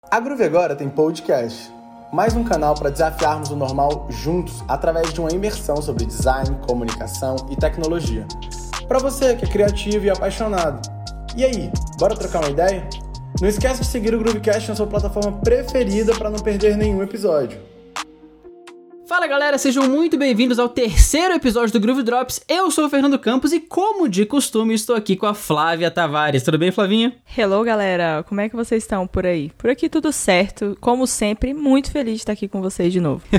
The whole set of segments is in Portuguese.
A Groove agora tem podcast, mais um canal para desafiarmos o normal juntos através de uma imersão sobre design, comunicação e tecnologia. Para você que é criativo e apaixonado. E aí, bora trocar uma ideia? Não esquece de seguir o Groovecast na sua plataforma preferida para não perder nenhum episódio. Fala galera, sejam muito bem-vindos ao terceiro episódio do Groove Drops. Eu sou o Fernando Campos e, como de costume, estou aqui com a Flávia Tavares. Tudo bem, Flavinha? Hello, galera. Como é que vocês estão por aí? Por aqui tudo certo. Como sempre, muito feliz de estar aqui com vocês de novo.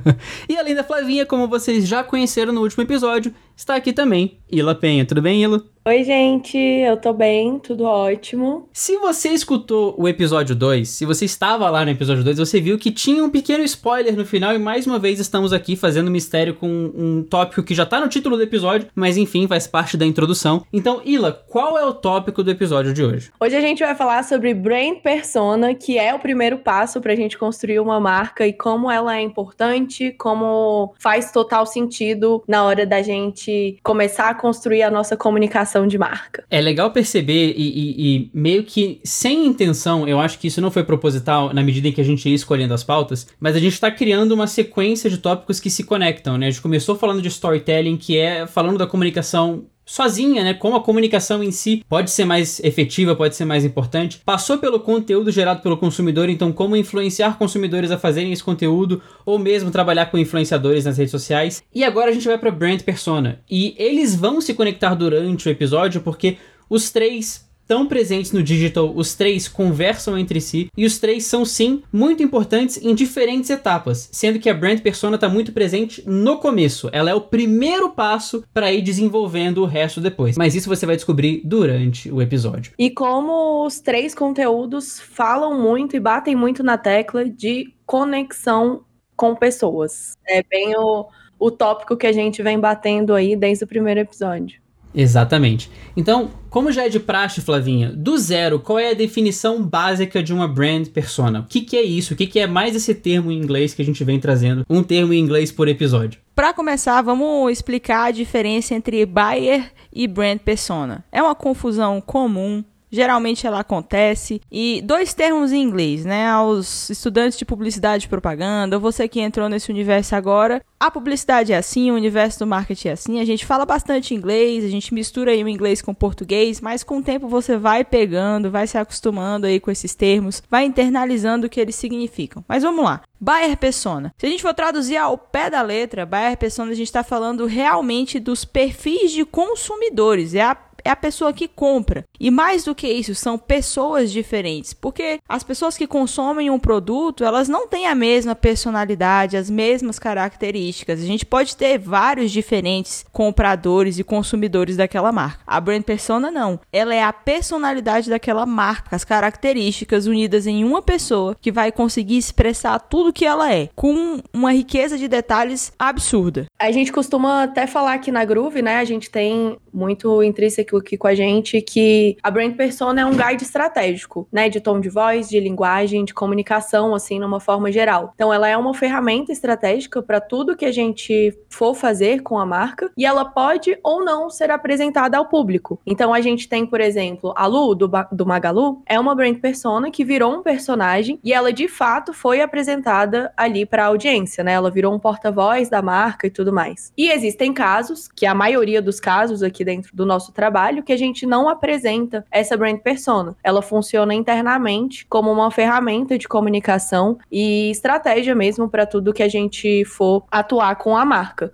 E além da Flavinha, como vocês já conheceram no último episódio, está aqui também Ila Penha. Tudo bem, Ila? Oi, gente, eu tô bem, tudo ótimo. Se você escutou o episódio 2, se você estava lá no episódio 2, você viu que tinha um pequeno spoiler no final e mais uma vez estamos aqui fazendo mistério com um tópico que já tá no título do episódio, mas enfim, faz parte da introdução. Então, Ila, qual é o tópico do episódio de hoje? Hoje a gente vai falar sobre Brand Persona, que é o primeiro passo pra gente construir uma marca e como ela é importante, como faz total sentido na hora da gente começar a construir a nossa comunicação de marca. É legal perceber e meio que sem intenção, eu acho que isso não foi proposital na medida em que a gente ia escolhendo as pautas, mas a gente tá criando uma sequência de tópicos que se conectam, né? A gente começou falando de storytelling, que é falando da comunicação sozinha, né? Como a comunicação em si pode ser mais efetiva, pode ser mais importante. Passou pelo conteúdo gerado pelo consumidor, então como influenciar consumidores a fazerem esse conteúdo, ou mesmo trabalhar com influenciadores nas redes sociais. E agora a gente vai para Brand Persona. E eles vão se conectar durante o episódio porque os três estão presentes no digital, os três conversam entre si e os três são sim muito importantes em diferentes etapas, sendo que a Brand Persona está muito presente no começo, ela é o primeiro passo para ir desenvolvendo o resto depois, mas isso você vai descobrir durante o episódio. E como os três conteúdos falam muito e batem muito na tecla de conexão com pessoas, é bem o tópico que a gente vem batendo aí desde o primeiro episódio. Exatamente. Então, como já é de praxe, Flavinha, do zero, qual é a definição básica de uma brand persona? O que é isso? O que é mais esse termo em inglês que a gente vem trazendo? Um termo em inglês por episódio. Para começar, vamos explicar a diferença entre buyer e brand persona. É uma confusão comum. Geralmente ela acontece, e dois termos em inglês, né, aos estudantes de publicidade e propaganda, ou você que entrou nesse universo agora, a publicidade é assim, o universo do marketing é assim, a gente fala bastante inglês, a gente mistura aí o inglês com o português, mas com o tempo você vai pegando, vai se acostumando aí com esses termos, vai internalizando o que eles significam. Mas vamos lá. Buyer persona. Se a gente for traduzir ao pé da letra, buyer persona, a gente está falando realmente dos perfis de consumidores, é a pessoa que compra. E mais do que isso, são pessoas diferentes. Porque as pessoas que consomem um produto, elas não têm a mesma personalidade, as mesmas características. A gente pode ter vários diferentes compradores e consumidores daquela marca. A brand persona não. Ela é a personalidade daquela marca, as características unidas em uma pessoa que vai conseguir expressar tudo que ela é, com uma riqueza de detalhes absurda. A gente costuma até falar aqui na Groove, né? A gente tem muito intrínseco aqui com a gente que a brand persona é um guide estratégico, né, de tom de voz, de linguagem, de comunicação, assim, numa forma geral. Então, ela é uma ferramenta estratégica para tudo que a gente for fazer com a marca e ela pode ou não ser apresentada ao público. Então, a gente tem, por exemplo, a Lu, do Magalu, é uma brand persona que virou um personagem e ela, de fato, foi apresentada ali para a audiência, né? Ela virou um porta-voz da marca e tudo mais. E existem casos, que a maioria dos casos aqui dentro do nosso trabalho, que a gente não apresenta essa brand persona. Ela funciona internamente como uma ferramenta de comunicação e estratégia mesmo para tudo que a gente for atuar com a marca.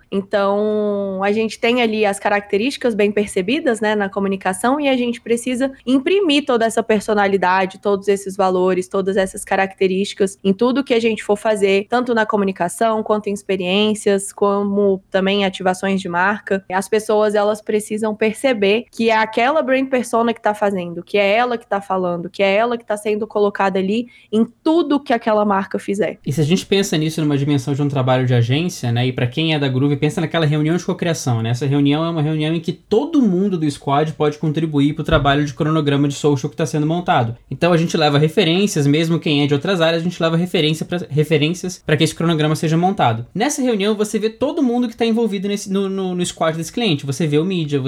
Então, a gente tem ali as características bem percebidas, né, na comunicação e a gente precisa imprimir toda essa personalidade, todos esses valores, todas essas características em tudo que a gente for fazer, tanto na comunicação, quanto em experiências, como também em ativações de marca. As pessoas, elas precisam perceber que é aquela brand persona que tá fazendo, que é ela que tá falando, que é ela que tá sendo colocada ali em tudo que aquela marca fizer. E se a gente pensa nisso numa dimensão de um trabalho de agência, né, e pra quem é da Groove, pensa naquela reunião de cocriação, né? Essa reunião é uma reunião em que todo mundo do squad pode contribuir pro trabalho de cronograma de social que tá sendo montado. Então a gente leva referências, mesmo quem é de outras áreas, a gente leva referências para que esse cronograma seja montado. Nessa reunião você vê todo mundo que tá envolvido no squad desse cliente. Você vê o mídia,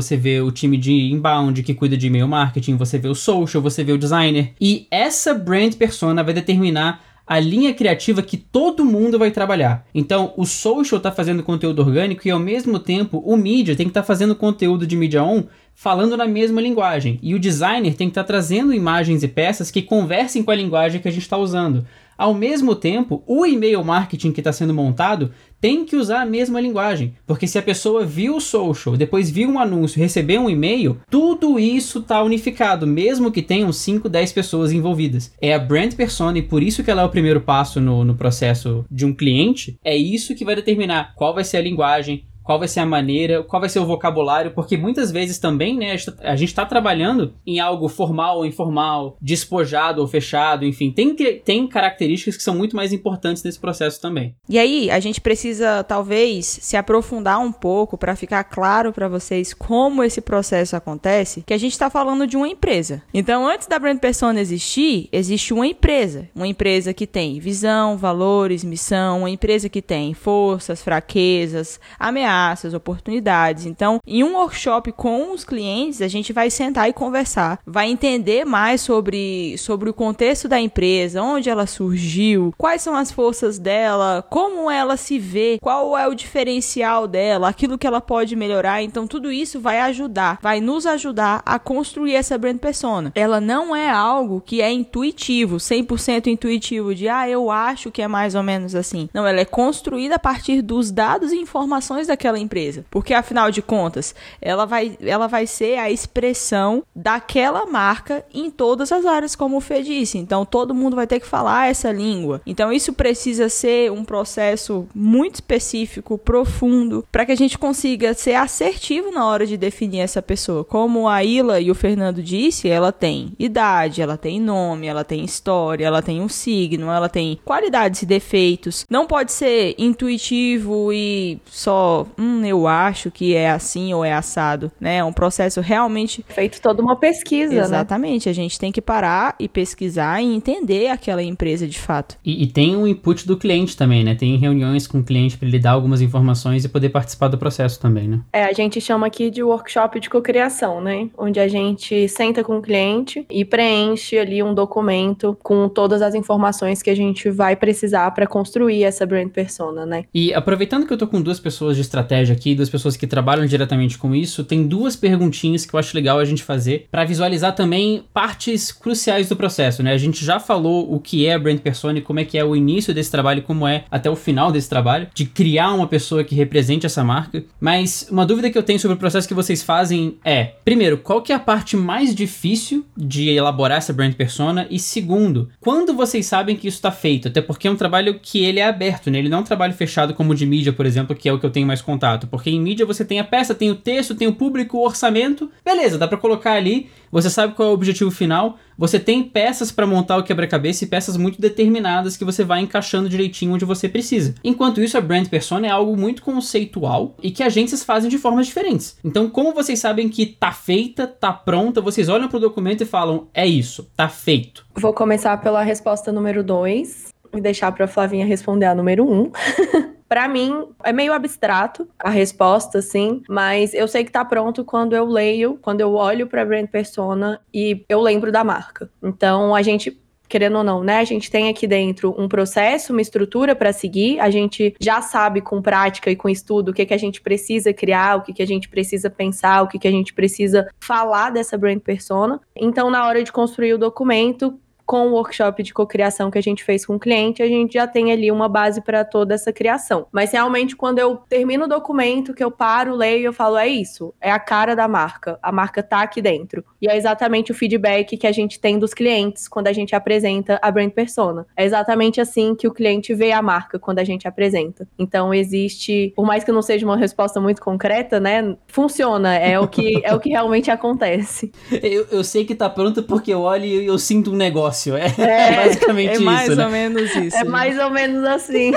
você vê o time de inbound que cuida de e-mail marketing, você vê o social, você vê o designer. E essa brand persona vai determinar a linha criativa que todo mundo vai trabalhar. Então, o social tá fazendo conteúdo orgânico e, ao mesmo tempo, o mídia tem que estar fazendo conteúdo de mídia on falando na mesma linguagem. E o designer tem que estar trazendo imagens e peças que conversem com a linguagem que a gente está usando. Ao mesmo tempo, o e-mail marketing que está sendo montado tem que usar a mesma linguagem, porque se a pessoa viu o social, depois viu um anúncio, recebeu um e-mail, tudo isso está unificado, mesmo que tenham 5, 10 pessoas envolvidas. É a brand persona e por isso que ela é o primeiro passo no processo de um cliente, é isso que vai determinar qual vai ser a linguagem, qual vai ser a maneira, qual vai ser o vocabulário, porque muitas vezes também, né, a gente está trabalhando em algo formal ou informal, despojado ou fechado, enfim, tem características que são muito mais importantes nesse processo também. E aí, a gente precisa, talvez, se aprofundar um pouco para ficar claro para vocês como esse processo acontece, que a gente está falando de uma empresa. Então, antes da brand persona existir, existe uma empresa que tem visão, valores, missão, uma empresa que tem forças, fraquezas, ameaças, oportunidades. Então, em um workshop com os clientes, a gente vai sentar e conversar, vai entender mais sobre o contexto da empresa, onde ela surgiu, quais são as forças dela, como ela se vê, qual é o diferencial dela, aquilo que ela pode melhorar. Então, tudo isso vai nos ajudar a construir essa brand persona. Ela não é algo que é intuitivo, 100% intuitivo, de eu acho que é mais ou menos assim. Não, ela é construída a partir dos dados e informações daquela empresa, porque afinal de contas ela vai ser a expressão daquela marca em todas as áreas, como o Fê disse. Então todo mundo vai ter que falar essa língua. Então isso precisa ser um processo muito específico, profundo, para que a gente consiga ser assertivo na hora de definir essa pessoa. Como a Ila e o Fernando disse, ela tem idade, ela tem nome, ela tem história, ela tem um signo, ela tem qualidades e defeitos. Não pode ser intuitivo e só eu acho que é assim ou é assado, né? É um processo realmente... Feito toda uma pesquisa, Exatamente. Né? A gente tem que parar e pesquisar e entender aquela empresa de fato. E tem um input do cliente também, né? Tem reuniões com o cliente para ele dar algumas informações e poder participar do processo também, né? A gente chama aqui de workshop de cocriação, né? Onde a gente senta com o cliente e preenche ali um documento com todas as informações que a gente vai precisar para construir essa brand persona, né? E aproveitando que eu tô com duas pessoas de estratégia aqui, duas pessoas que trabalham diretamente com isso, tem duas perguntinhas que eu acho legal a gente fazer para visualizar também partes cruciais do processo, né? A gente já falou o que é a brand persona e como é que é o início desse trabalho e como é até o final desse trabalho, de criar uma pessoa que represente essa marca, mas uma dúvida que eu tenho sobre o processo que vocês fazem é, primeiro, qual que é a parte mais difícil de elaborar essa brand persona e segundo, quando vocês sabem que isso está feito? Até porque é um trabalho que ele é aberto, né? Ele não é um trabalho fechado como o de mídia, por exemplo, que é o que eu tenho mais contato, porque em mídia você tem a peça, tem o texto, tem o público, o orçamento, beleza, dá pra colocar ali, você sabe qual é o objetivo final, você tem peças pra montar o quebra-cabeça e peças muito determinadas que você vai encaixando direitinho onde você precisa. Enquanto isso, a brand persona é algo muito conceitual e que agências fazem de formas diferentes. Então, como vocês sabem que tá feita, tá pronta, vocês olham pro documento e falam, é isso, tá feito. Vou começar pela resposta número 2 e deixar pra Flavinha responder a número 1. Pra mim, é meio abstrato a resposta, assim, mas eu sei que tá pronto quando eu leio, quando eu olho pra brand persona e eu lembro da marca. Então, a gente, querendo ou não, né, a gente tem aqui dentro um processo, uma estrutura pra seguir, a gente já sabe com prática e com estudo o que a gente precisa criar, o que a gente precisa pensar, o que a gente precisa falar dessa brand persona. Então, na hora de construir o documento, com o workshop de cocriação que a gente fez com o cliente, a gente já tem ali uma base para toda essa criação. Mas realmente, quando eu termino o documento, que eu paro, leio, eu falo, é isso, é a cara da marca, a marca tá aqui dentro. E é exatamente o feedback que a gente tem dos clientes quando a gente apresenta a brand persona. É exatamente assim que o cliente vê a marca quando a gente apresenta. Então existe, por mais que não seja uma resposta muito concreta, né, funciona, é o que realmente acontece. Eu sei que tá pronto porque eu olho e eu sinto um negócio. É basicamente isso, mais né? ou menos isso. É mais ou menos assim.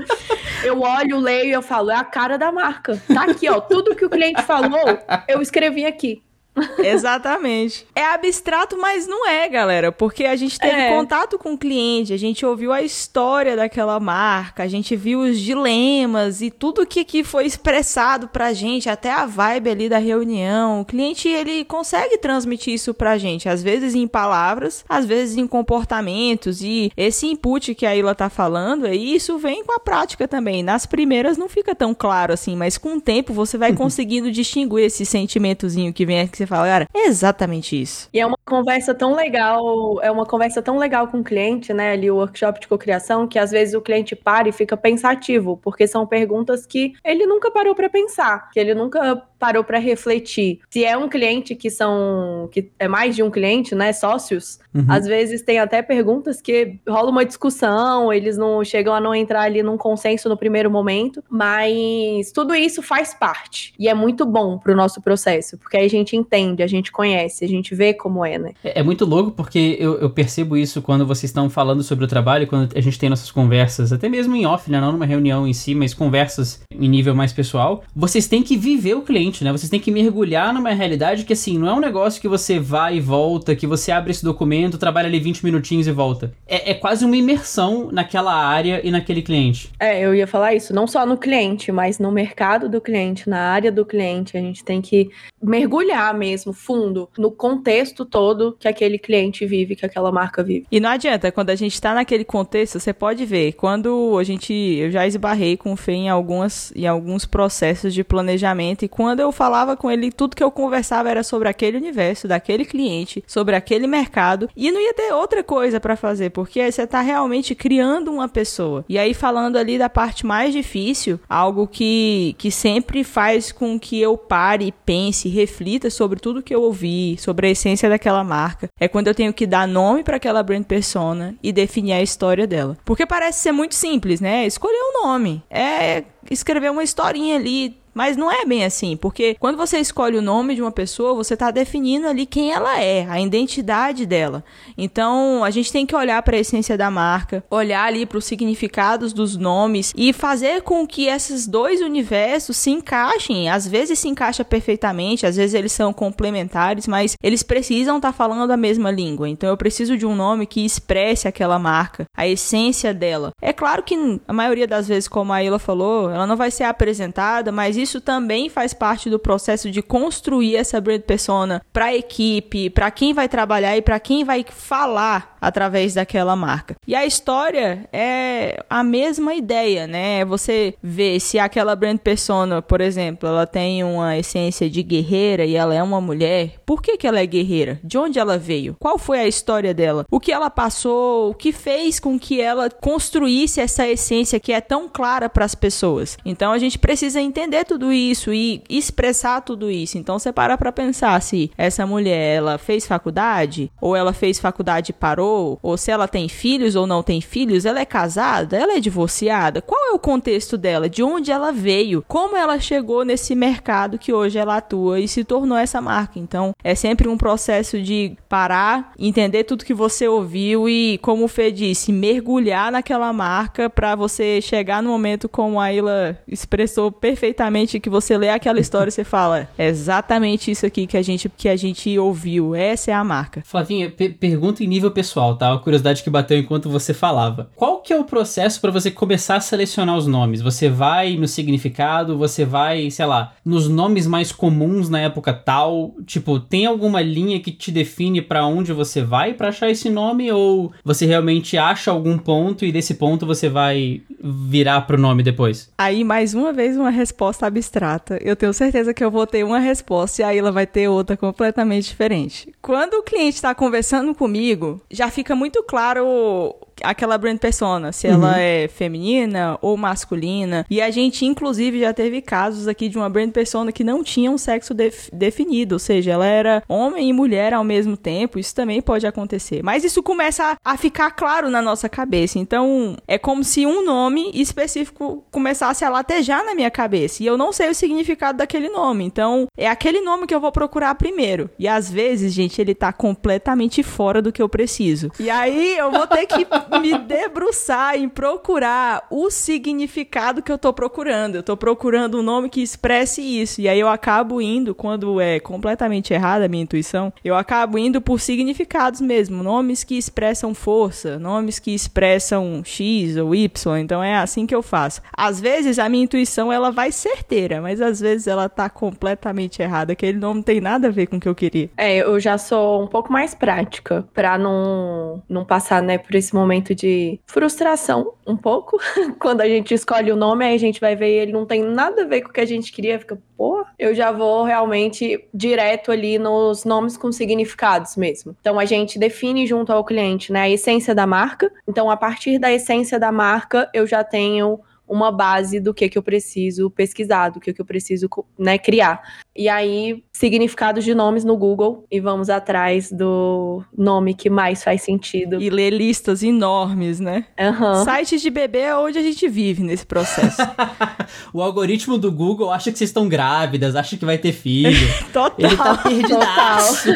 Eu olho, leio e eu falo, é a cara da marca. Tá aqui, ó. Tudo que o cliente falou, eu escrevi aqui. Exatamente. É abstrato, mas não é, galera, porque a gente teve contato com o cliente, a gente ouviu a história daquela marca, a gente viu os dilemas e tudo que foi expressado pra gente, até a vibe ali da reunião. O cliente, ele consegue transmitir isso pra gente, às vezes em palavras, às vezes em comportamentos, e esse input que a Ilha tá falando, isso vem com a prática também. Nas primeiras não fica tão claro assim, mas com o tempo você vai conseguindo distinguir esse sentimentozinho que vem aqui, que você fala, cara, é exatamente isso. E é uma conversa tão legal com o cliente, né, ali o workshop de cocriação, que às vezes o cliente para e fica pensativo, porque são perguntas que ele nunca parou para pensar, que ele nunca parou para refletir. Se é um cliente que é mais de um cliente, né, sócios, às vezes tem até perguntas que rola uma discussão, eles não chegam a não entrar ali num consenso no primeiro momento, mas tudo isso faz parte e é muito bom pro nosso processo, porque aí a gente entende, a gente conhece, a gente vê como é, né? É muito louco porque eu percebo isso quando vocês estão falando sobre o trabalho, quando a gente tem nossas conversas, até mesmo em off, né, não numa reunião em si, mas conversas em nível mais pessoal, vocês têm que viver o cliente, né? Vocês têm que mergulhar numa realidade que, assim, não é um negócio que você vai e volta, que você abre esse documento, trabalha ali 20 minutinhos e volta. É quase uma imersão naquela área e naquele cliente. Eu ia falar isso, não só no cliente, mas no mercado do cliente, na área do cliente. A gente tem que mergulhar mesmo, fundo, no contexto todo que aquele cliente vive, que aquela marca vive. E não adianta, quando a gente tá naquele contexto, você pode ver, quando eu já esbarrei com o Fê em alguns processos de planejamento, e quando eu falava com ele, tudo que eu conversava era sobre aquele universo, daquele cliente, sobre aquele mercado, e não ia ter outra coisa pra fazer, porque você tá realmente criando uma pessoa. E aí, falando ali da parte mais difícil, algo que sempre faz com que eu pare, pense, reflita sobre tudo que eu ouvi, sobre a essência daquela marca, é quando eu tenho que dar nome pra aquela brand persona e definir a história dela. Porque parece ser muito simples, né? Escolher um nome, escrever uma historinha ali. Mas não é bem assim, porque quando você escolhe o nome de uma pessoa, você está definindo ali quem ela é, a identidade dela. Então, a gente tem que olhar para a essência da marca, olhar ali para os significados dos nomes e fazer com que esses dois universos se encaixem. Às vezes se encaixa perfeitamente, às vezes eles são complementares, mas eles precisam estar falando a mesma língua. Então, eu preciso de um nome que expresse aquela marca, a essência dela. É claro que a maioria das vezes, como a Ilha falou, ela não vai ser apresentada, mas isso também faz parte do processo de construir essa brand persona para a equipe, para quem vai trabalhar e para quem vai falar através daquela marca. E a história é a mesma ideia, né? Você vê se aquela brand persona, por exemplo, ela tem uma essência de guerreira e ela é uma mulher, por que ela é guerreira? De onde ela veio? Qual foi a história dela? O que ela passou? O que fez com que ela construísse essa essência que é tão clara para as pessoas? Então a gente precisa entender tudo isso e expressar tudo isso. Então você para pensar se essa mulher, ela fez faculdade, ou ela fez faculdade e parou, ou se ela tem filhos ou não tem filhos, ela é casada, ela é divorciada, qual é o contexto dela, de onde ela veio, como ela chegou nesse mercado que hoje ela atua e se tornou essa marca. Então é sempre um processo de parar, entender tudo que você ouviu e, como o Fê disse, mergulhar naquela marca para você chegar no momento como a Ilha expressou perfeitamente, que você lê aquela história e você fala, é exatamente isso aqui que a gente ouviu, essa é a marca. Flavinha, pergunta em nível pessoal, tá? Uma curiosidade que bateu enquanto você falava. Qual que é o processo para você começar a selecionar os nomes? Você vai no significado, você vai, sei lá, nos nomes mais comuns na época tal? Tipo, tem alguma linha que te define para onde você vai para achar esse nome? Ou você realmente acha algum ponto e desse ponto você vai virar pro nome depois? Aí, mais uma vez, uma resposta abstrata. Eu tenho certeza que eu vou ter uma resposta e a Ilha vai ter outra completamente diferente. Quando o cliente está conversando comigo, já fica muito claro aquela brand persona, se ela é feminina ou masculina. E a gente, inclusive, já teve casos aqui de uma brand persona que não tinha um sexo definido, ou seja, ela era homem e mulher ao mesmo tempo. Isso também pode acontecer. Mas isso começa a ficar claro na nossa cabeça. Então, é como se um nome específico começasse a latejar na minha cabeça. E eu não sei o significado daquele nome. Então, é aquele nome que eu vou procurar primeiro. E às vezes, gente, ele tá completamente fora do que eu preciso. E aí, eu vou ter que me debruçar em procurar o significado que eu tô procurando. Eu tô procurando um nome que expresse isso. E aí eu acabo indo, quando é completamente errada a minha intuição, eu acabo indo por significados mesmo. Nomes que expressam força, nomes que expressam X ou Y. Então é assim que eu faço. Às vezes a minha intuição ela vai certeira, mas às vezes ela tá completamente errada. Aquele nome não tem nada a ver com o que eu queria. Eu já sou um pouco mais prática, pra não passar, né, por esse momento de frustração, um pouco. Quando a gente escolhe o nome, aí a gente vai ver ele não tem nada a ver com o que a gente queria, fica, pô, eu já vou realmente direto ali nos nomes com significados mesmo. Então a gente define junto ao cliente, né, a essência da marca. Então a partir da essência da marca, eu já tenho uma base do que eu preciso pesquisar, do que eu preciso, né, criar. E aí, significados de nomes no Google e vamos atrás do nome que mais faz sentido. E ler listas enormes, né? Uhum. Sites de bebê é onde a gente vive nesse processo. O algoritmo do Google acha que vocês estão grávidas, acha que vai ter filho. Total. Ele tá perdidaço.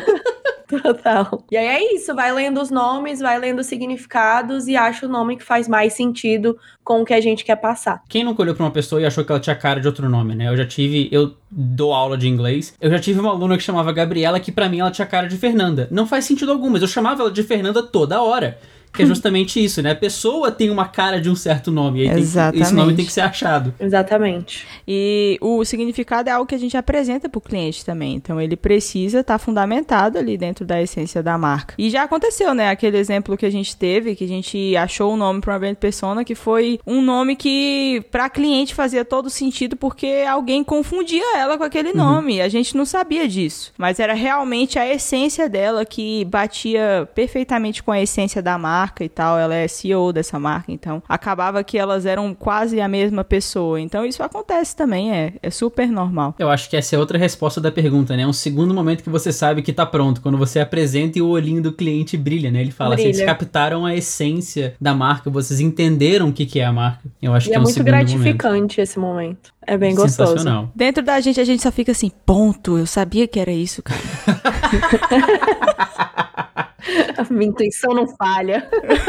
Total. E aí é isso, vai lendo os nomes, vai lendo os significados e acha o nome que faz mais sentido com o que a gente quer passar. Quem nunca olhou pra uma pessoa e achou que ela tinha cara de outro nome, né? Eu dou aula de inglês, eu já tive uma aluna que chamava Gabriela, que pra mim ela tinha cara de Fernanda. Não faz sentido algum, mas eu chamava ela de Fernanda toda hora. Que é justamente isso, né? A pessoa tem uma cara de um certo nome. Aí esse nome tem que ser achado. Exatamente. E o significado é algo que a gente apresenta pro cliente também. Então, ele precisa estar fundamentado ali dentro da essência da marca. E já aconteceu, né? Aquele exemplo que a gente teve, que a gente achou um nome para uma brand persona, que foi um nome que pra cliente fazia todo sentido porque alguém confundia ela com aquele nome. A gente não sabia disso. Mas era realmente a essência dela que batia perfeitamente com a essência da marca e tal, ela é CEO dessa marca, então acabava que elas eram quase a mesma pessoa, então isso acontece também, é super normal. Eu acho que essa é outra resposta da pergunta, né? É um segundo momento que você sabe que tá pronto, quando você apresenta e o olhinho do cliente brilha, né? Ele fala, vocês captaram a essência da marca, vocês entenderam o que é a marca. Eu acho que é um segundo momento. É muito gratificante esse momento. É bem gostoso. Sensacional. Dentro da gente, a gente só fica assim, ponto, eu sabia que era isso, cara. A minha intuição não falha.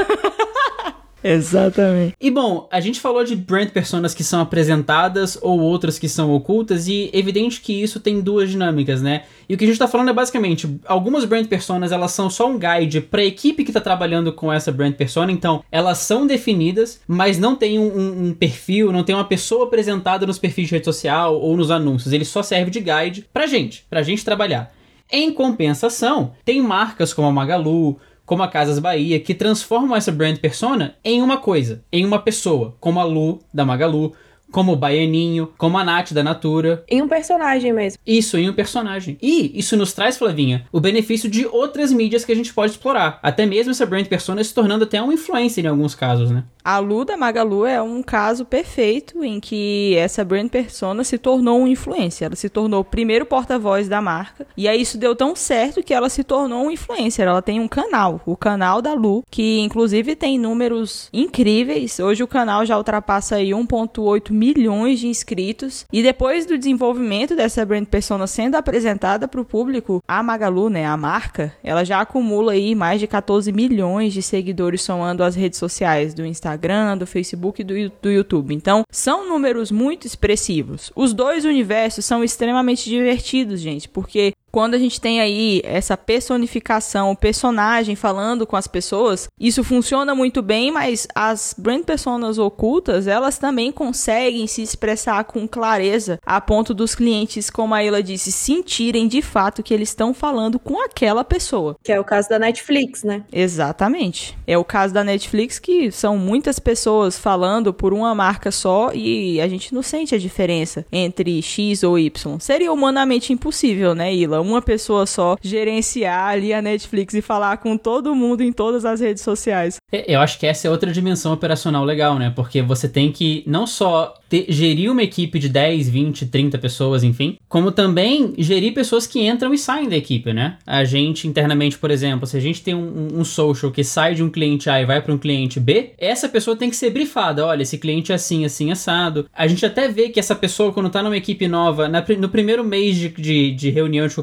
Exatamente. E bom, a gente falou de brand personas que são apresentadas ou outras que são ocultas, e é evidente que isso tem duas dinâmicas, né? E o que a gente tá falando é basicamente, algumas brand personas, elas são só um guide pra equipe que tá trabalhando com essa brand persona, então elas são definidas, mas não tem um perfil, não tem uma pessoa apresentada nos perfis de rede social ou nos anúncios, ele só serve de guide pra gente trabalhar. Em compensação, tem marcas como a Magalu, como a Casas Bahia, que transformam essa brand persona em uma coisa, em uma pessoa, como a Lu, da Magalu, como o Baianinho, como a Nath da Natura. Em um personagem mesmo. Isso, em um personagem. E isso nos traz, Flavinha, o benefício de outras mídias que a gente pode explorar. Até mesmo essa brand persona se tornando até um influencer em alguns casos, né? A Lu da Magalu é um caso perfeito em que essa brand persona se tornou um influencer. Ela se tornou o primeiro porta-voz da marca. E aí isso deu tão certo que ela se tornou um influencer. Ela tem um canal, o canal da Lu, que inclusive tem números incríveis. Hoje o canal já ultrapassa aí 1,8 milhões de inscritos. E depois do desenvolvimento dessa brand persona sendo apresentada para o público, a Magalu, né, a marca, ela já acumula aí mais de 14 milhões de seguidores somando as redes sociais do Instagram, do Facebook e do YouTube. Então, são números muito expressivos. Os dois universos são extremamente divertidos, gente, porque quando a gente tem aí essa personificação, o personagem falando com as pessoas, isso funciona muito bem, mas as brand personas ocultas, elas também conseguem se expressar com clareza, a ponto dos clientes, como a Ila disse, sentirem de fato que eles estão falando com aquela pessoa. Que é o caso da Netflix, né? Exatamente. É o caso da Netflix, que são muitas pessoas falando por uma marca só e a gente não sente a diferença entre X ou Y. Seria humanamente impossível, né, Ila? Uma pessoa só gerenciar ali a Netflix e falar com todo mundo em todas as redes sociais. Eu acho que essa é outra dimensão operacional legal, né? Porque você tem que não só gerir uma equipe de 10, 20, 30 pessoas, enfim, como também gerir pessoas que entram e saem da equipe, né? A gente internamente, por exemplo, se a gente tem um social que sai de um cliente A e vai para um cliente B, essa pessoa tem que ser brifada. Olha, esse cliente é assim, assim, assado. A gente até vê que essa pessoa, quando tá numa equipe nova, no primeiro mês de reunião de qualquer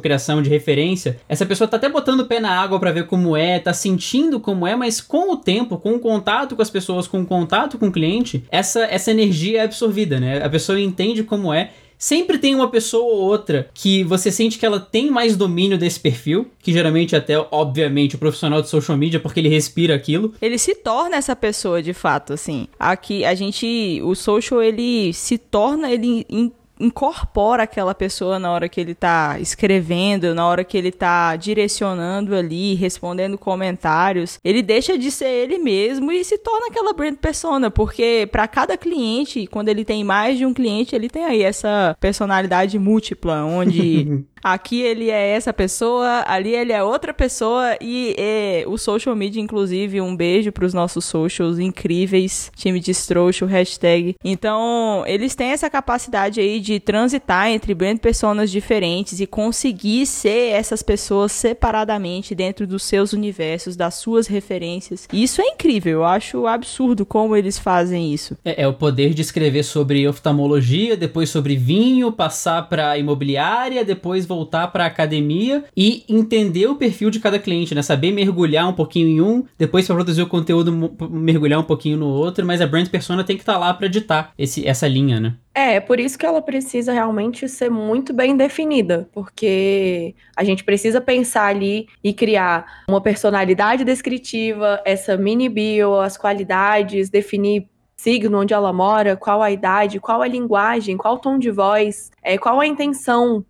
criação de referência, essa pessoa tá até botando o pé na água pra ver como é, tá sentindo como é, mas com o tempo, com o contato com as pessoas, com o contato com o cliente, essa energia é absorvida, né? A pessoa entende como é. Sempre tem uma pessoa ou outra que você sente que ela tem mais domínio desse perfil, que geralmente até, obviamente, o profissional de social media, porque ele respira aquilo. Ele se torna essa pessoa, de fato, assim. Aqui, o social, ele se torna, ele incorpora aquela pessoa na hora que ele tá escrevendo, na hora que ele tá direcionando ali, respondendo comentários. Ele deixa de ser ele mesmo e se torna aquela brand persona, porque para cada cliente, quando ele tem mais de um cliente, ele tem aí essa personalidade múltipla, onde aqui ele é essa pessoa, ali ele é outra pessoa e o social media, inclusive, um beijo pros nossos socials incríveis, time de Strocho, hashtag. Então, eles têm essa capacidade aí de transitar entre brand personas diferentes e conseguir ser essas pessoas separadamente dentro dos seus universos, das suas referências. E isso é incrível, eu acho absurdo como eles fazem isso. É o poder de escrever sobre oftalmologia, depois sobre vinho, passar pra imobiliária, depois voltar pra academia e entender o perfil de cada cliente, né? Saber mergulhar um pouquinho em um, depois pra produzir o conteúdo mergulhar um pouquinho no outro, mas a brand persona tem que estar lá pra ditar essa linha, né? É por isso que ela precisa realmente ser muito bem definida, porque a gente precisa pensar ali e criar uma personalidade descritiva, essa mini bio, as qualidades, definir signo, onde ela mora, qual a idade, qual a linguagem, qual o tom de voz, qual a intenção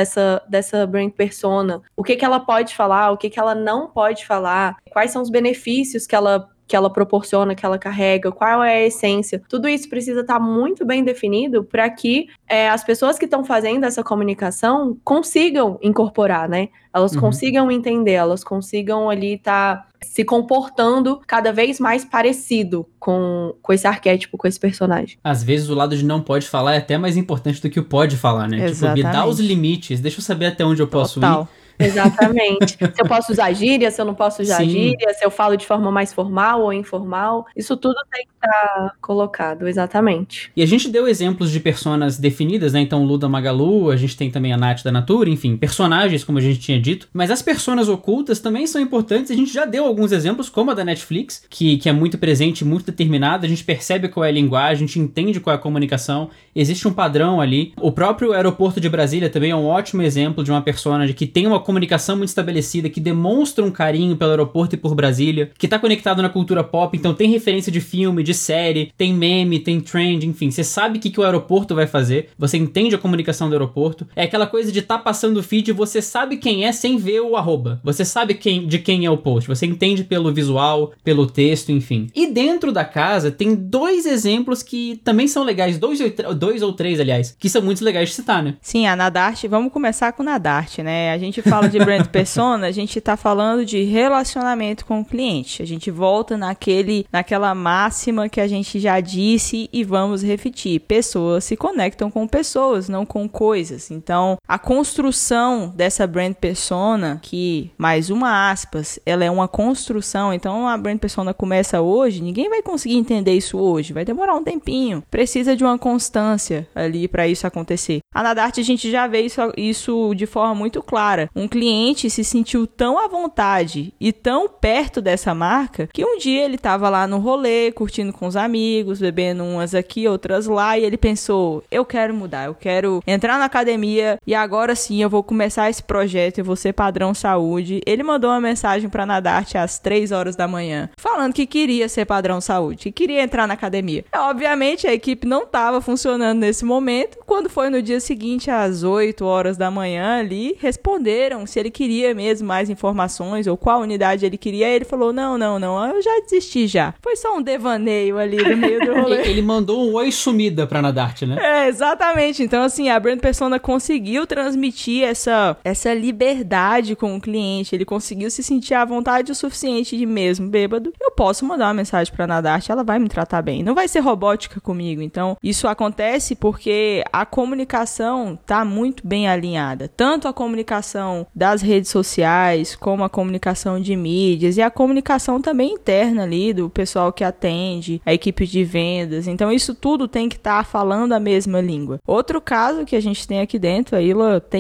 dessa brand persona, o que ela pode falar, o que ela não pode falar, quais são os benefícios que ela proporciona, que ela carrega, qual é a essência. Tudo isso precisa estar muito bem definido para que as pessoas que estão fazendo essa comunicação consigam incorporar, né? Elas consigam entender, elas consigam ali estar se comportando cada vez mais parecido com esse arquétipo, com esse personagem. Às vezes o lado de não pode falar é até mais importante do que o pode falar, né? Exatamente. Tipo, me dá os limites, deixa eu saber até onde eu posso ir. Exatamente. Se eu posso usar gíria, se eu não posso usar Sim. gíria, se eu falo de forma mais formal ou informal, isso tudo tem que estar colocado, exatamente. E a gente deu exemplos de personas definidas, né? Então, Lu da Magalu, a gente tem também a Nath da Natura, enfim, personagens, como a gente tinha dito. Mas as personas ocultas também são importantes. A gente já deu alguns exemplos, como a da Netflix, que é muito presente, muito determinada. A gente percebe qual é a linguagem, a gente entende qual é a comunicação. Existe um padrão ali. O próprio aeroporto de Brasília também é um ótimo exemplo de uma persona que tem uma comunicação muito estabelecida, que demonstra um carinho pelo aeroporto e por Brasília, que tá conectado na cultura pop, então tem referência de filme, de série, tem meme, tem trend, enfim, você sabe o que o aeroporto vai fazer, você entende a comunicação do aeroporto, é aquela coisa de tá passando o feed e você sabe quem é sem ver o arroba, você sabe de quem é o post, você entende pelo visual, pelo texto, enfim. E dentro da casa tem dois exemplos que também são legais, dois ou três, aliás, que são muito legais de citar, né? Sim, a Nadarte, vamos começar com Nadarte, né? A gente fala de brand persona, a gente tá falando de relacionamento com o cliente. A gente volta naquela máxima que a gente já disse e vamos repetir. Pessoas se conectam com pessoas, não com coisas. Então, a construção dessa brand persona, que, mais uma aspas, ela é uma construção. Então, a brand persona começa hoje, ninguém vai conseguir entender isso hoje. Vai demorar um tempinho. Precisa de uma constância ali para isso acontecer. A Nadarte, a gente já vê isso de forma muito clara. Um cliente se sentiu tão à vontade e tão perto dessa marca que um dia ele estava lá no rolê, curtindo com os amigos, bebendo umas aqui, outras lá, e ele pensou, eu quero mudar, eu quero entrar na academia e agora sim eu vou começar esse projeto, eu vou ser padrão saúde. Ele mandou uma mensagem para Nadarte às 3 horas da manhã, falando que queria ser padrão saúde, que queria entrar na academia. Obviamente a equipe não estava funcionando nesse momento. Quando foi no dia seguinte, às 8 horas da manhã ali, responderam se ele queria mesmo mais informações ou qual unidade ele queria. Ele falou, não, eu já desisti já. Foi só um devaneio ali no meio do rolê. Ele mandou um oi sumida pra Nadarte, né? Exatamente. Então, assim, a brand persona conseguiu transmitir essa liberdade com o cliente. Ele conseguiu se sentir à vontade o suficiente de mesmo bêbado. Eu posso mandar uma mensagem pra Nadarte, ela vai me tratar bem. Não vai ser robótica comigo. Então, isso acontece porque a comunicação tá muito bem alinhada. Tanto a comunicação das redes sociais, como a comunicação de mídias e a comunicação também interna ali do pessoal que atende, a equipe de vendas. Então isso tudo tem que estar falando a mesma língua. Outro caso que a gente tem aqui dentro, a Ila tem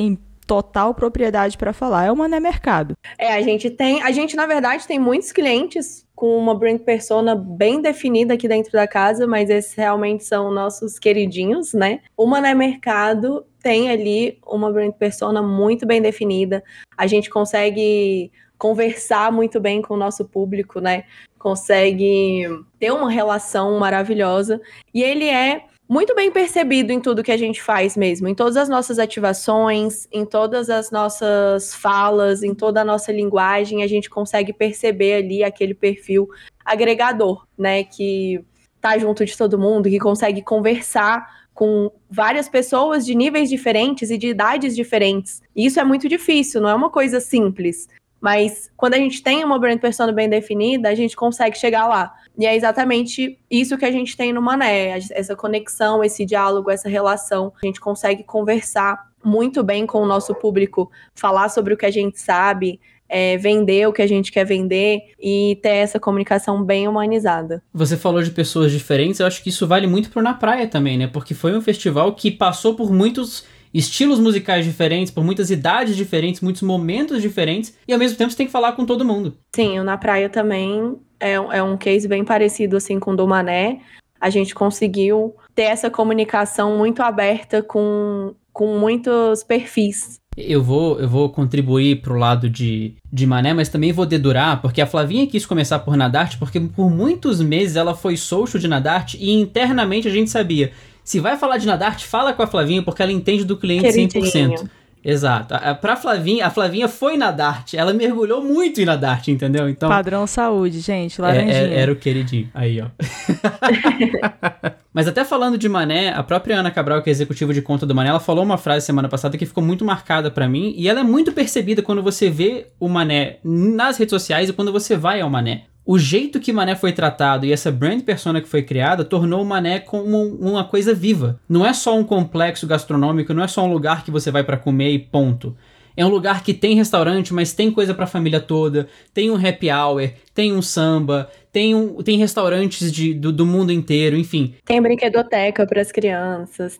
total propriedade para falar, é o Mané Mercado. A gente na verdade tem muitos clientes com uma brand persona bem definida aqui dentro da casa, mas esses realmente são nossos queridinhos, né? O Mané Mercado tem ali uma brand persona muito bem definida, a gente consegue conversar muito bem com o nosso público, né? Consegue ter uma relação maravilhosa, e ele é muito bem percebido em tudo que a gente faz mesmo, em todas as nossas ativações, em todas as nossas falas, em toda a nossa linguagem, a gente consegue perceber ali aquele perfil agregador, né, que tá junto de todo mundo, que consegue conversar com várias pessoas de níveis diferentes e de idades diferentes. E isso é muito difícil, não é uma coisa simples. Mas quando a gente tem uma brand persona bem definida, a gente consegue chegar lá. E é exatamente isso que a gente tem no Mané, essa conexão, esse diálogo, essa relação. A gente consegue conversar muito bem com o nosso público, falar sobre o que a gente sabe, vender o que a gente quer vender e ter essa comunicação bem humanizada. Você falou de pessoas diferentes, eu acho que isso vale muito pro Na Praia também, né? Porque foi um festival que passou por muitos estilos musicais diferentes, por muitas idades diferentes, muitos momentos diferentes, e ao mesmo tempo você tem que falar com todo mundo. Sim, o Na Praia também é um case bem parecido assim com o do Mané. A gente conseguiu ter essa comunicação muito aberta com muitos perfis. Eu vou contribuir pro lado de Mané, mas também vou dedurar, porque a Flavinha quis começar por Nadarte, porque por muitos meses ela foi social de Nadarte, e internamente a gente sabia, se vai falar de Nadarte, fala com a Flavinha, porque ela entende do cliente 100%. Exato. Pra Flavinha, a Flavinha foi Nadarte, ela mergulhou muito em Nadarte, entendeu? Então, padrão saúde, gente, laranjinha. Era o queridinho, aí ó. Mas até falando de Mané, a própria Ana Cabral, que é executiva de conta do Mané, ela falou uma frase semana passada que ficou muito marcada pra mim, e ela é muito percebida quando você vê o Mané nas redes sociais e quando você vai ao Mané. O jeito que Mané foi tratado e essa brand persona que foi criada tornou o Mané como uma coisa viva. Não é só um complexo gastronômico, não é só um lugar que você vai pra comer e ponto. É um lugar que tem restaurante, mas tem coisa pra família toda, tem um happy hour, tem um samba, tem restaurantes do mundo inteiro, enfim. Tem brinquedoteca para as crianças,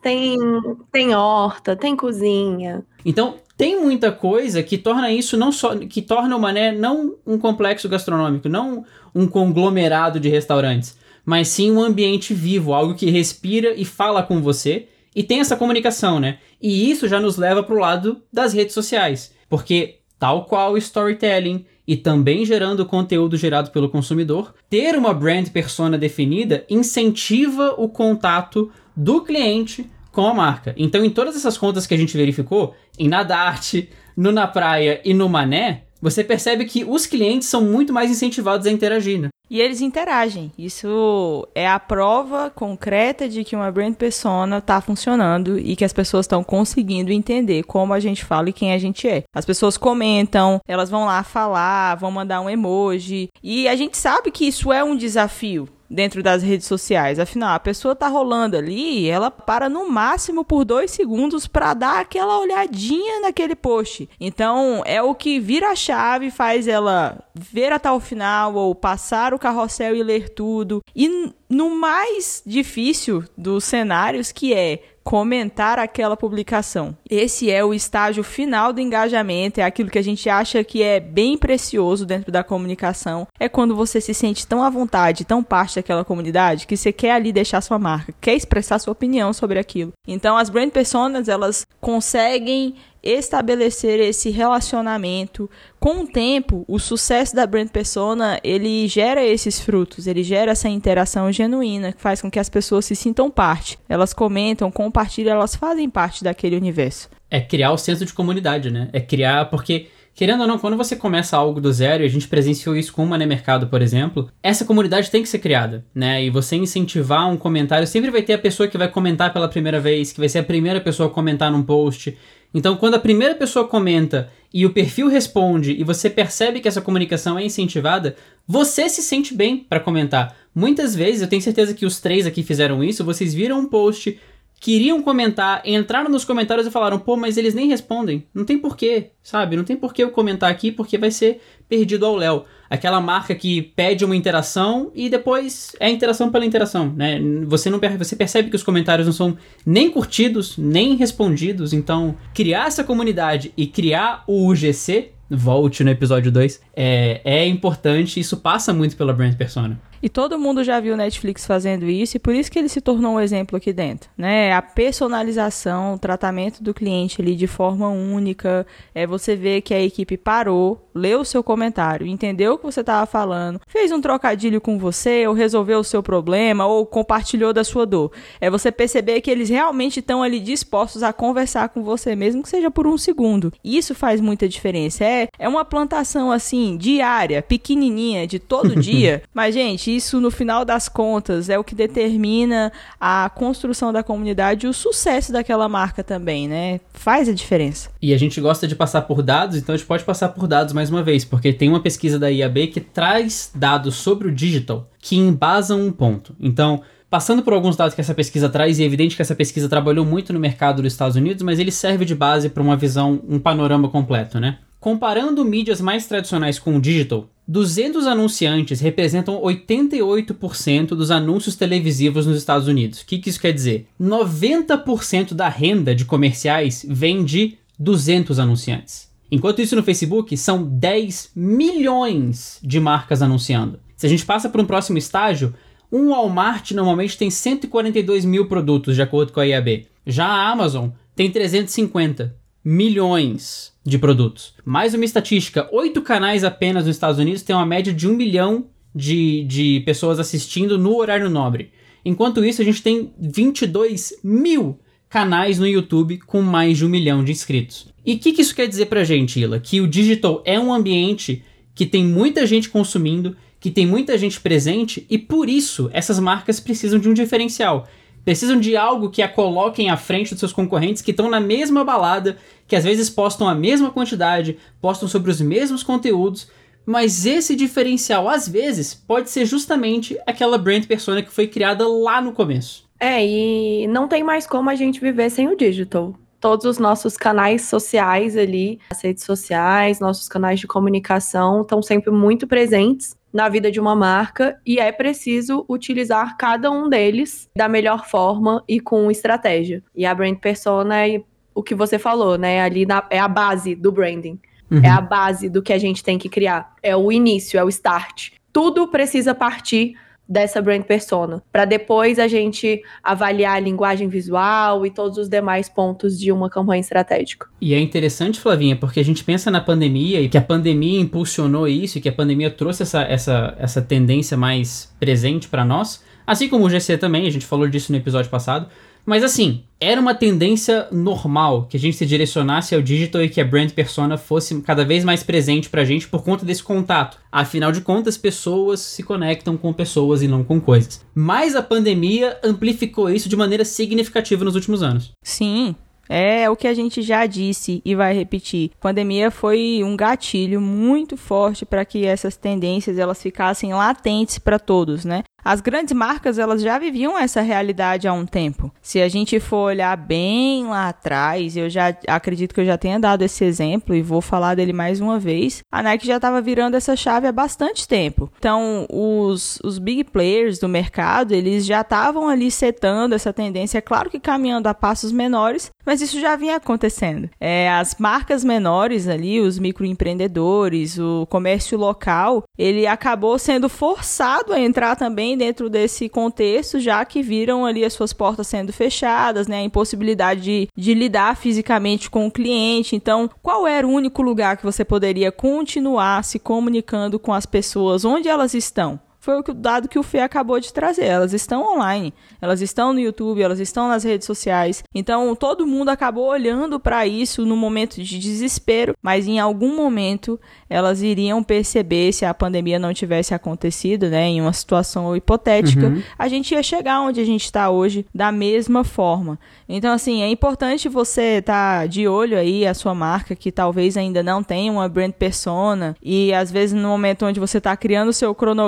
tem horta, tem cozinha. Então, tem muita coisa que torna isso que torna o Mané não um complexo gastronômico, não um conglomerado de restaurantes, mas sim um ambiente vivo, algo que respira e fala com você. E tem essa comunicação, né? E isso já nos leva pro lado das redes sociais. Porque, tal qual o storytelling e também gerando conteúdo gerado pelo consumidor, ter uma brand persona definida incentiva o contato do cliente com a marca. Então, em todas essas contas que a gente verificou, em Nadarte, no Na Praia e no Mané, você percebe que os clientes são muito mais incentivados a interagir, né? E eles interagem. Isso é a prova concreta de que uma brand persona está funcionando e que as pessoas estão conseguindo entender como a gente fala e quem a gente é. As pessoas comentam, elas vão lá falar, vão mandar um emoji. E a gente sabe que isso é um desafio dentro das redes sociais. Afinal, a pessoa tá rolando ali, ela para no máximo por 2 segundos para dar aquela olhadinha naquele post. Então, é o que vira a chave, faz ela ver até o final ou passar o carrossel e ler tudo. E no mais difícil dos cenários, que é comentar aquela publicação. Esse é o estágio final do engajamento, é aquilo que a gente acha que é bem precioso dentro da comunicação. É quando você se sente tão à vontade, tão parte daquela comunidade, que você quer ali deixar sua marca, quer expressar sua opinião sobre aquilo. Então, as brand personas, elas conseguem estabelecer esse relacionamento. Com o tempo, o sucesso da brand persona, ele gera esses frutos, ele gera essa interação genuína, que faz com que as pessoas se sintam parte. Elas comentam, compartilham, elas fazem parte daquele universo. É criar o senso de comunidade, né? É criar, porque, querendo ou não, quando você começa algo do zero, e a gente presenciou isso com o Mané Mercado, por exemplo, essa comunidade tem que ser criada, né? E você incentivar um comentário, sempre vai ter a pessoa que vai comentar pela primeira vez, que vai ser a primeira pessoa a comentar num post. Então, quando a primeira pessoa comenta e o perfil responde e você percebe que essa comunicação é incentivada, você se sente bem para comentar. Muitas vezes, eu tenho certeza que os 3 aqui fizeram isso, vocês viram um post queriam comentar, entraram nos comentários e falaram, pô, mas eles nem respondem. Não tem porquê, sabe? Não tem porquê eu comentar aqui, porque vai ser perdido ao léu. Aquela marca que pede uma interação e depois é interação pela interação, né? Você percebe que os comentários não são nem curtidos, nem respondidos. Então, criar essa comunidade e criar o UGC, volte no episódio 2, é importante. Isso passa muito pela brand persona. E todo mundo já viu o Netflix fazendo isso, e por isso que ele se tornou um exemplo aqui dentro, né? A personalização, o tratamento do cliente ali de forma única, você vê que a equipe parou, leu o seu comentário, entendeu o que você estava falando, fez um trocadilho com você, ou resolveu o seu problema, ou compartilhou da sua dor. É você perceber que eles realmente estão ali dispostos a conversar com você, mesmo que seja por um segundo. Isso faz muita diferença. É uma plantação, assim, diária, pequenininha, de todo dia, mas, gente, isso, no final das contas, é o que determina a construção da comunidade e o sucesso daquela marca também, né? Faz a diferença. E a gente gosta de passar por dados, então a gente pode passar por dados mais uma vez, porque tem uma pesquisa da IAB que traz dados sobre o digital que embasam um ponto. Então, passando por alguns dados que essa pesquisa traz, e é evidente que essa pesquisa trabalhou muito no mercado dos Estados Unidos, mas ele serve de base para uma visão, um panorama completo, né? Comparando mídias mais tradicionais com o digital, 200 anunciantes representam 88% dos anúncios televisivos nos Estados Unidos. O que isso quer dizer? 90% da renda de comerciais vem de 200 anunciantes. Enquanto isso no Facebook, são 10 milhões de marcas anunciando. Se a gente passa para um próximo estágio, um Walmart normalmente tem 142 mil produtos, de acordo com a IAB. Já a Amazon tem 350 milhões de produtos. Mais uma estatística, 8 canais apenas nos Estados Unidos têm uma média de 1 milhão de pessoas assistindo no horário nobre. Enquanto isso, a gente tem 22 mil canais no YouTube com mais de 1 milhão de inscritos. E o que isso quer dizer pra gente, Ila? Que o digital é um ambiente que tem muita gente consumindo, que tem muita gente presente, e por isso essas marcas precisam de um diferencial. Precisam de algo que a coloquem à frente dos seus concorrentes que estão na mesma balada, que às vezes postam a mesma quantidade, postam sobre os mesmos conteúdos, mas esse diferencial, às vezes, pode ser justamente aquela brand persona que foi criada lá no começo. E não tem mais como a gente viver sem o digital. Todos os nossos canais sociais ali, as redes sociais, nossos canais de comunicação estão sempre muito presentes na vida de uma marca e é preciso utilizar cada um deles da melhor forma e com estratégia. E a brand persona é o que você falou, né? Ali é a base do branding. É a base do que a gente tem que criar. É o início, é o start. Tudo precisa partir dessa brand persona, para depois a gente avaliar a linguagem visual e todos os demais pontos de uma campanha estratégica. E é interessante, Flavinha, porque a gente pensa na pandemia e que a pandemia impulsionou isso, e que a pandemia trouxe essa tendência mais presente para nós, assim como o GC também, a gente falou disso no episódio passado. Mas assim, era uma tendência normal que a gente se direcionasse ao digital e que a brand persona fosse cada vez mais presente pra gente por conta desse contato. Afinal de contas, pessoas se conectam com pessoas e não com coisas. Mas a pandemia amplificou isso de maneira significativa nos últimos anos. Sim. É o que a gente já disse e vai repetir. A pandemia foi um gatilho muito forte para que essas tendências elas ficassem latentes para todos, né? As grandes marcas, elas já viviam essa realidade há um tempo. Se a gente for olhar bem lá atrás, eu já acredito que eu já tenha dado esse exemplo e vou falar dele mais uma vez, a Nike já estava virando essa chave há bastante tempo. Então, os big players do mercado, eles já estavam ali setando essa tendência, claro que caminhando a passos menores, mas isso já vinha acontecendo. As marcas menores ali, os microempreendedores, o comércio local, ele acabou sendo forçado a entrar também dentro desse contexto, já que viram ali as suas portas sendo fechadas, né, a impossibilidade de lidar fisicamente com o cliente. Então, qual era o único lugar que você poderia continuar se comunicando com as pessoas? Onde elas estão? Foi o dado que o Fê acabou de trazer. Elas estão online, elas estão no YouTube, elas estão nas redes sociais. Então, todo mundo acabou olhando para isso no momento de desespero, mas em algum momento elas iriam perceber, se a pandemia não tivesse acontecido, né, em uma situação hipotética, a gente ia chegar onde a gente está hoje da mesma forma. Então, assim, é importante você estar de olho aí a sua marca, que talvez ainda não tenha uma brand persona, e às vezes no momento onde você está criando o seu cronograma, você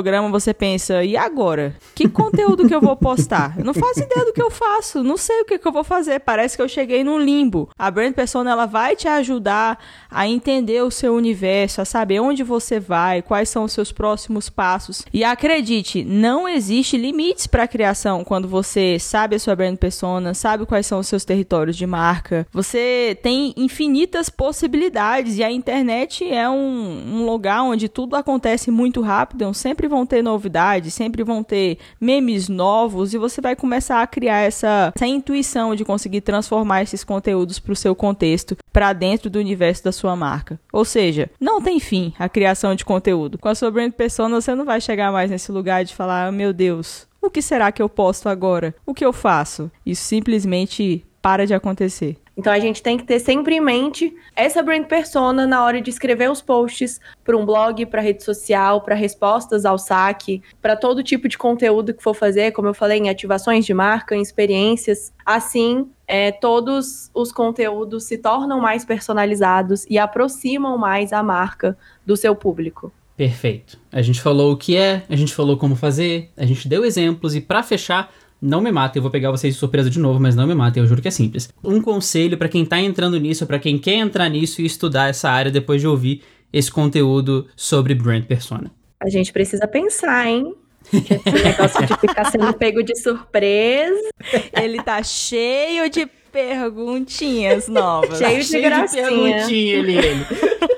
você pensa, e agora? Que conteúdo que eu vou postar? Eu não faço ideia do que eu faço, não sei o que eu vou fazer, parece que eu cheguei num limbo. A Brand Persona, ela vai te ajudar a entender o seu universo, a saber onde você vai, quais são os seus próximos passos. E acredite, não existe limites para a criação quando você sabe a sua Brand Persona, sabe quais são os seus territórios de marca. Você tem infinitas possibilidades e a internet é um lugar onde tudo acontece muito rápido, então sempre vão ter novidades, sempre vão ter memes novos e você vai começar a criar essa intuição de conseguir transformar esses conteúdos para o seu contexto, para dentro do universo da sua marca. Ou seja, não tem fim a criação de conteúdo. Com a sua Brand Persona você não vai chegar mais nesse lugar de falar, meu Deus, o que será que eu posto agora? O que eu faço? Isso simplesmente para de acontecer. Então a gente tem que ter sempre em mente essa brand persona na hora de escrever os posts para um blog, para rede social, para respostas ao saque, para todo tipo de conteúdo que for fazer, como eu falei, em ativações de marca, em experiências. Assim, todos os conteúdos se tornam mais personalizados e aproximam mais a marca do seu público. Perfeito. A gente falou o que é, a gente falou como fazer, a gente deu exemplos e para fechar, não me matem, eu vou pegar vocês de surpresa de novo, mas não me matem, eu juro que é simples. Um conselho pra quem tá entrando nisso, pra quem quer entrar nisso e estudar essa área depois de ouvir esse conteúdo sobre Brand Persona. A gente precisa pensar, hein? Esse negócio de ficar sendo pego de surpresa. Ele tá cheio de perguntinhas novas. Cheio de gracinha. Ele.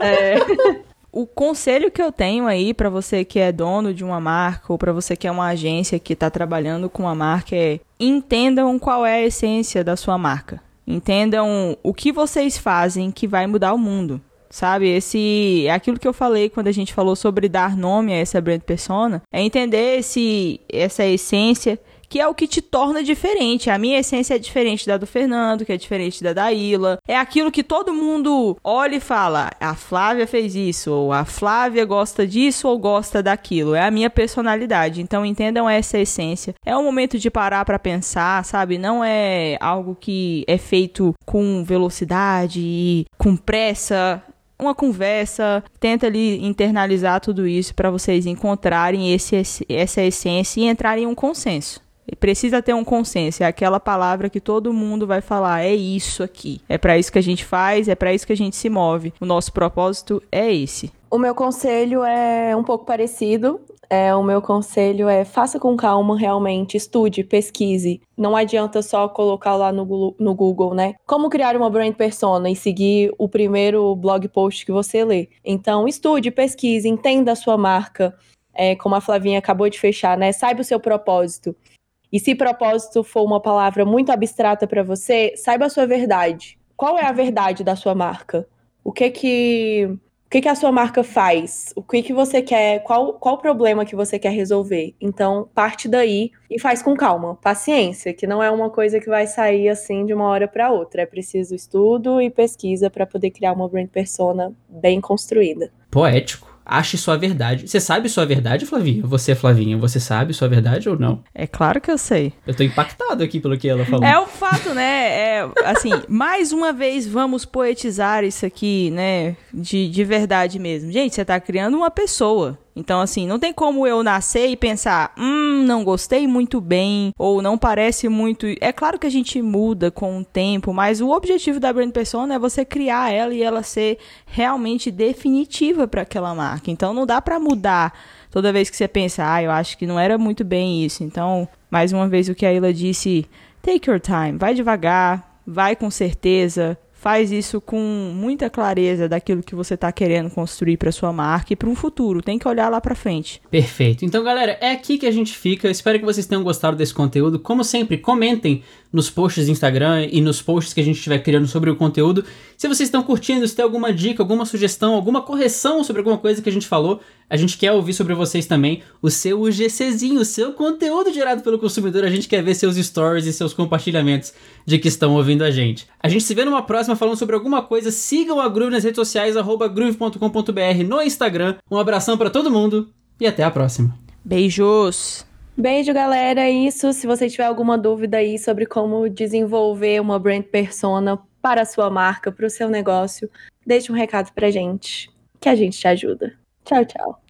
O conselho que eu tenho aí para você que é dono de uma marca ou para você que é uma agência que está trabalhando com uma marca é: entendam qual é a essência da sua marca. Entendam o que vocês fazem que vai mudar o mundo. Sabe, é aquilo que eu falei quando a gente falou sobre dar nome a essa brand persona, é entender essa essência, que é o que te torna diferente. A minha essência é diferente da do Fernando, que é diferente da Ilha. É aquilo que todo mundo olha e fala, a Flávia fez isso, ou a Flávia gosta disso ou gosta daquilo. É a minha personalidade. Então entendam essa essência. É um momento de parar pra pensar, sabe? Não é algo que é feito com velocidade e com pressa. Uma conversa, tenta ali internalizar tudo isso para vocês encontrarem essa essência e entrarem em um consenso. Precisa ter um consenso, é aquela palavra que todo mundo vai falar, é isso aqui. É para isso que a gente faz, é para isso que a gente se move. O nosso propósito é esse. O meu conselho é um pouco parecido. O meu conselho é: faça com calma, realmente, estude, pesquise. Não adianta só colocar lá no Google, né? Como criar uma brand persona e seguir o primeiro blog post que você lê. Então, estude, pesquise, entenda a sua marca. Como a Flavinha acabou de fechar, né? Saiba o seu propósito. E se propósito for uma palavra muito abstrata para você, saiba a sua verdade. Qual é a verdade da sua marca? O que a sua marca faz? O que você quer? Qual o problema que você quer resolver? Então, parte daí e faz com calma. Paciência, que não é uma coisa que vai sair assim de uma hora para outra. É preciso estudo e pesquisa para poder criar uma brand persona bem construída. Poético. Ache sua verdade. Você sabe sua verdade, Flavinha? Você, Flavinha, você sabe sua verdade ou não? É claro que eu sei. Eu tô impactado aqui pelo que ela falou. É o fato, né? Assim, mais uma vez vamos poetizar isso aqui, né? De verdade mesmo. Gente, você tá criando uma pessoa. Então, assim, não tem como eu nascer e pensar, não gostei muito bem, ou não parece muito... É claro que a gente muda com o tempo, mas o objetivo da brand persona é você criar ela e ela ser realmente definitiva para aquela marca. Então, não dá para mudar toda vez que você pensa, eu acho que não era muito bem isso. Então, mais uma vez o que a Ilha disse, take your time, vai devagar, vai com certeza... Faz isso com muita clareza daquilo que você está querendo construir para sua marca e para um futuro. Tem que olhar lá para frente. Perfeito. Então, galera, é aqui que a gente fica. Eu espero que vocês tenham gostado desse conteúdo. Como sempre, comentem nos posts do Instagram e nos posts que a gente estiver criando sobre o conteúdo. Se vocês estão curtindo, se tem alguma dica, alguma sugestão, alguma correção sobre alguma coisa que a gente falou, a gente quer ouvir sobre vocês também. O seu UGCzinho, o seu conteúdo gerado pelo consumidor. A gente quer ver seus stories e seus compartilhamentos de que estão ouvindo a gente. A gente se vê numa próxima falando sobre alguma coisa. Sigam a Groove nas redes sociais, @groove.com.br no Instagram. Um abração pra todo mundo e até a próxima. Beijos! Beijo, galera. É isso. Se você tiver alguma dúvida aí sobre como desenvolver uma brand persona para a sua marca, para o seu negócio, deixe um recado pra gente, que a gente te ajuda. Tchau, tchau.